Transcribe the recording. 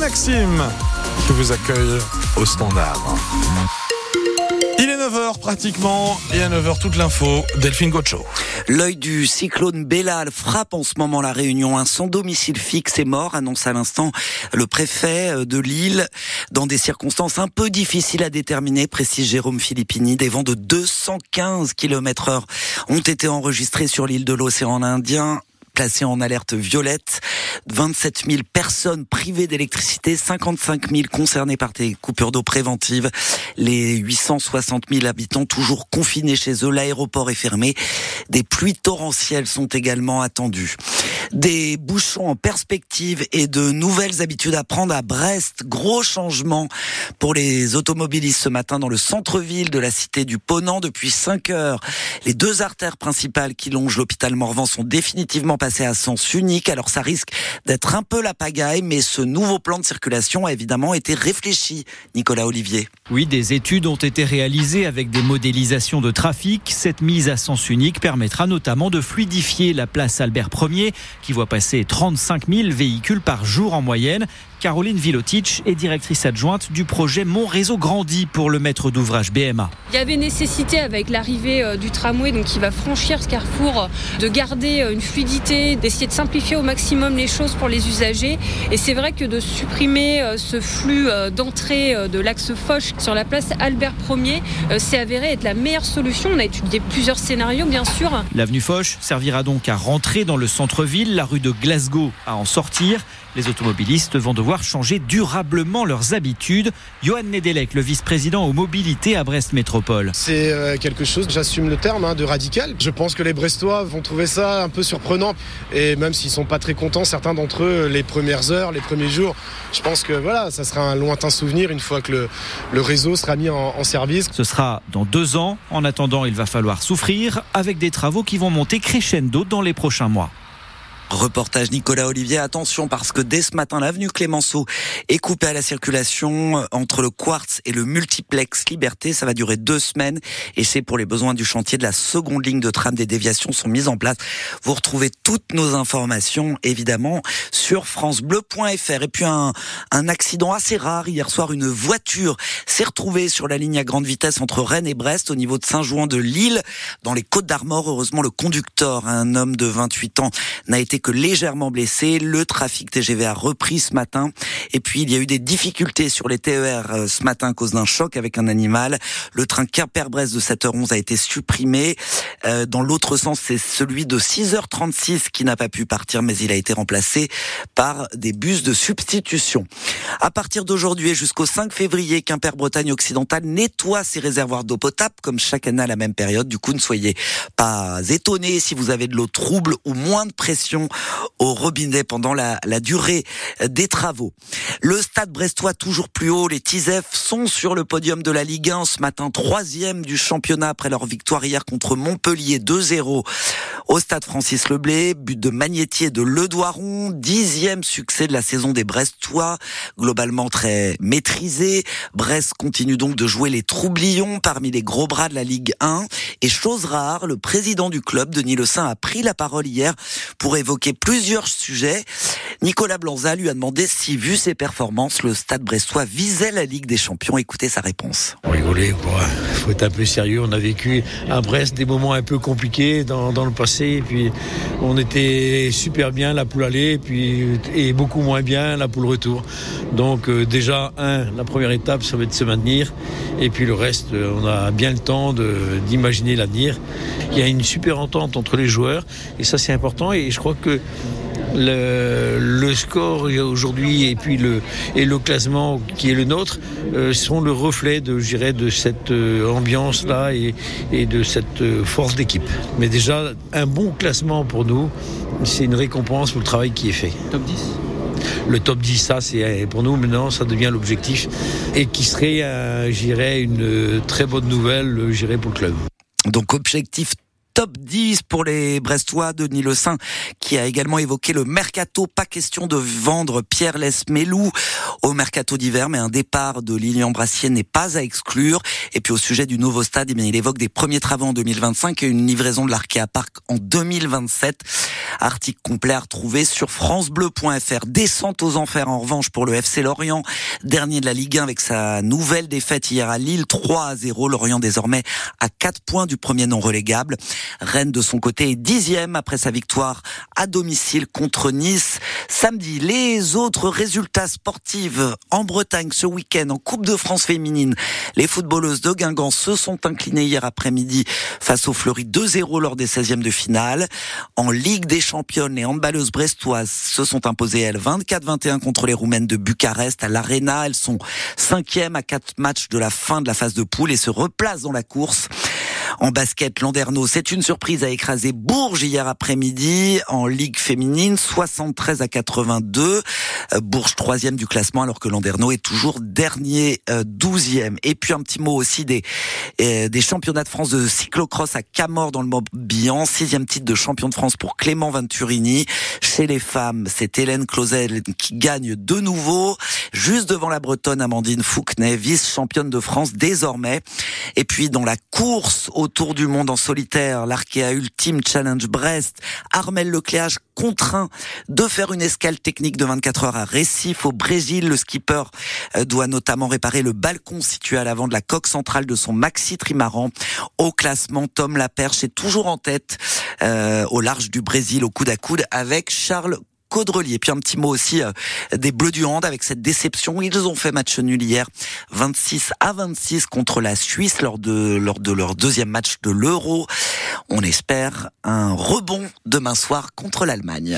Maxime qui vous accueille au Standard. Il est 9h pratiquement et à 9h toute l'info, Delphine Gaucho. L'œil du cyclone Bella frappe en ce moment la Réunion. Un sans domicile fixe est mort, annonce à l'instant le préfet de l'île. Dans des circonstances un peu difficiles à déterminer, précise Jérôme Filippini, des vents de 215 km/h ont été enregistrés sur l'île de l'océan Indien, placée en alerte violette. 27 000 personnes privées d'électricité, 55 000 concernées par des coupures d'eau préventives. Les 860 000 habitants toujours confinés chez eux. L'aéroport est fermé. Des pluies torrentielles sont également attendues. Des bouchons en perspective et de nouvelles habitudes à prendre à Brest. Gros changement pour les automobilistes ce matin dans le centre-ville de la cité du Ponant. Depuis 5 heures, les deux artères principales qui longent l'hôpital Morvan sont définitivement passées à sens unique. Alors ça risque d'être un peu la pagaille, mais ce nouveau plan de circulation a évidemment été réfléchi. Nicolas Olivier. Oui, des études ont été réalisées avec des modélisations de trafic. Cette mise à sens unique permettra notamment de fluidifier la place Albert Ier, qui voit passer 35 000 véhicules par jour en moyenne. Caroline Vilotic est directrice adjointe du projet Mon Réseau Grandit pour le maître d'ouvrage BMA. Il y avait nécessité avec l'arrivée du tramway donc qui va franchir ce carrefour de garder une fluidité, d'essayer de simplifier au maximum les choses pour les usagers. Et c'est vrai que de supprimer ce flux d'entrée de l'axe Foch sur la place Albert Ier s'est avéré être la meilleure solution. On a étudié plusieurs scénarios bien sûr. L'avenue Foch servira donc à rentrer dans le centre-ville, la rue de Glasgow à en sortir. Les automobilistes vont devoir changer durablement leurs habitudes. Johan Nedelec, le vice-président aux mobilités à Brest Métropole. C'est quelque chose, j'assume le terme, de radical. Je pense que les Brestois vont trouver ça un peu surprenant. Et même s'ils ne sont pas très contents, certains d'entre eux, les premières heures, les premiers jours, je pense que ça sera un lointain souvenir une fois que le réseau sera mis en service. Ce sera dans 2 ans. En attendant, il va falloir souffrir avec des travaux qui vont monter crescendo dans les prochains mois. Reportage Nicolas Olivier. Attention parce que dès ce matin, l'avenue Clémenceau est coupée à la circulation entre le Quartz et le multiplex Liberté. Ça va durer 2 semaines et c'est pour les besoins du chantier de la seconde ligne de tram. Des déviations sont mises en place. Vous retrouvez toutes nos informations évidemment sur francebleu.fr. Et puis un accident assez rare. Hier soir, une voiture s'est retrouvée sur la ligne à grande vitesse entre Rennes et Brest au niveau de Saint-Jouan-de-l'Île dans les Côtes-d'Armor. Heureusement, le conducteur, un homme de 28 ans, n'a été que légèrement blessé. Le trafic TGV a repris ce matin. Et puis, il y a eu des difficultés sur les TER ce matin à cause d'un choc avec un animal. Le train Quimper-Brest de 7h11 a été supprimé. Dans l'autre sens, c'est celui de 6h36 qui n'a pas pu partir, mais il a été remplacé par des bus de substitution. À partir d'aujourd'hui et jusqu'au 5 février, Quimper-Bretagne occidentale nettoie ses réservoirs d'eau potable, comme chaque année à la même période. Du coup, ne soyez pas étonnés si vous avez de l'eau trouble ou moins de pression au robinet pendant la durée des travaux. Le stade brestois toujours plus haut, les Tisef sont sur le podium de la Ligue 1 ce matin, 3e du championnat après leur victoire hier contre Montpellier 2-0 au stade Francis Leblay, but de Magnétier de Ledoiron, 10e succès de la saison des Brestois, globalement très maîtrisé. Brest continue donc de jouer les troublions parmi les gros bras de la Ligue 1 et chose rare, le président du club, Denis Le Saint, a pris la parole hier pour évoquer plusieurs sujets. Nicolas Blanza lui a demandé si, vu ses performances, le stade brestois visait la Ligue des Champions. Écoutez sa réponse. On rigolait, faut être un peu sérieux. On a vécu à Brest des moments un peu compliqués dans le passé. Et puis on était super bien la poule aller et beaucoup moins bien la poule retour. Donc déjà, la première étape, ça va être de se maintenir. Et puis le reste, on a bien le temps d'imaginer l'avenir. Il y a une super entente entre les joueurs et ça c'est important. Et je crois que le score aujourd'hui et puis le classement qui est le nôtre sont le reflet de cette ambiance là et de cette force d'équipe. Mais déjà un bon classement pour nous, c'est une récompense pour le travail qui est fait. Top 10 ? Le top 10, ça c'est pour nous maintenant, ça devient l'objectif et qui serait une très bonne nouvelle pour le club. Donc objectif Top 10 pour les Brestois. Denis Le Saint qui a également évoqué le mercato. Pas question de vendre Pierre Lesmelou au mercato d'hiver, mais un départ de Lilian Brassier n'est pas à exclure. Et puis au sujet du nouveau stade, il évoque des premiers travaux en 2025 et une livraison de l'Arkea Park en 2027. Article complet à retrouver sur francebleu.fr. Descente aux enfers en revanche pour le FC Lorient, dernier de la Ligue 1 avec sa nouvelle défaite hier à Lille, 3-0. Lorient désormais à 4 points du premier non relégable. Rennes de son côté est 10e après sa victoire à domicile contre Nice samedi. Les autres résultats sportifs en Bretagne ce week-end en Coupe de France féminine. Les footballeuses de Guingamp se sont inclinées hier après-midi face aux Fleury 2-0 lors des 16e de finale. En Ligue des Championnes, les handballeuses brestoises se sont imposées elles 24-21 contre les Roumaines de Bucarest à l'Arena. Elles sont 5e à 4 matchs de la fin de la phase de poule et se replacent dans la course. En basket, Landerneau, c'est une surprise, a écrasé Bourges hier après-midi en Ligue féminine, 73-82. Bourges 3e du classement alors que Landerneau est toujours dernier, 12e. Et puis un petit mot aussi des championnats de France de cyclocross à Camors dans le Morbihan, 6e titre de champion de France pour Clément Venturini. Chez les femmes, c'est Hélène Clausel qui gagne de nouveau, juste devant la Bretonne Amandine Fouquenet, vice-championne de France désormais. Et puis dans la course autour du monde en solitaire, l'Arkea Ultime Challenge Brest, Armel Lecléage contraint de faire une escale technique de 24 heures à Recife au Brésil. Le skipper doit notamment réparer le balcon situé à l'avant de la coque centrale de son maxi trimaran. Au classement, Tom Laperche est toujours en tête au large du Brésil au coude à coude avec Charles Caudrelier. Puis un petit mot aussi des Bleus du Hand avec cette déception. Ils ont fait match nul hier, 26-26 contre la Suisse lors de leur deuxième match de l'Euro. On espère un rebond demain soir contre l'Allemagne.